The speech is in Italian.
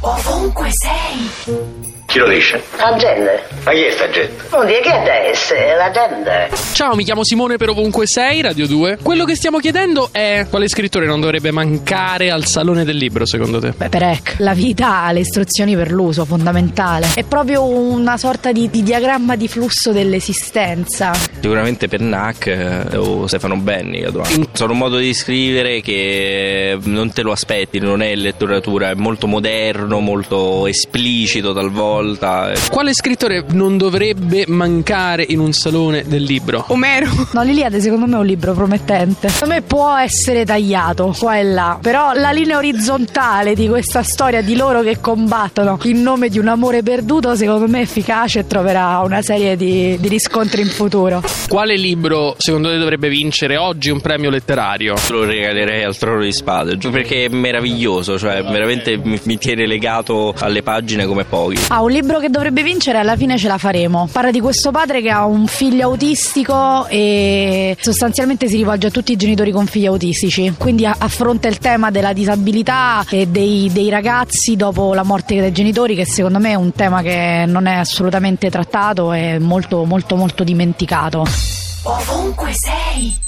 Ovunque sei. Chi lo dice? La gente. Ma chi è sta gente? Non dire che adesso è la gente. Ciao, mi chiamo Simone per Ovunque Sei, Radio 2. Quello che stiamo chiedendo è: quale scrittore non dovrebbe mancare al Salone del Libro, secondo te? Beh, Perec. La vita ha le istruzioni per l'uso, fondamentale. È proprio una sorta di diagramma di flusso dell'esistenza. Sicuramente Pennac o Stefano Benni. Sono un modo di scrivere che non te lo aspetti, non è letteratura, è molto moderno, molto esplicito talvolta. Quale scrittore non dovrebbe mancare in un Salone del Libro? Omero. No, l'Iliade secondo me è un libro promettente. Secondo me può essere tagliato qua e là, però la linea orizzontale di questa storia di loro che combattono in nome di un amore perduto secondo me è efficace e troverà una serie di riscontri in futuro. Quale libro secondo te dovrebbe vincere oggi un premio letterario? Lo regalerei al Trono di Spade, perché è meraviglioso, cioè veramente mi tiene legato alle pagine come pochi. Un libro che dovrebbe vincere, alla fine ce la faremo. Parla di questo padre che ha un figlio autistico e sostanzialmente si rivolge a tutti i genitori con figli autistici, quindi affronta il tema della disabilità e dei ragazzi dopo la morte dei genitori, che secondo me è un tema che non è assolutamente trattato e molto molto molto dimenticato. Ovunque sei.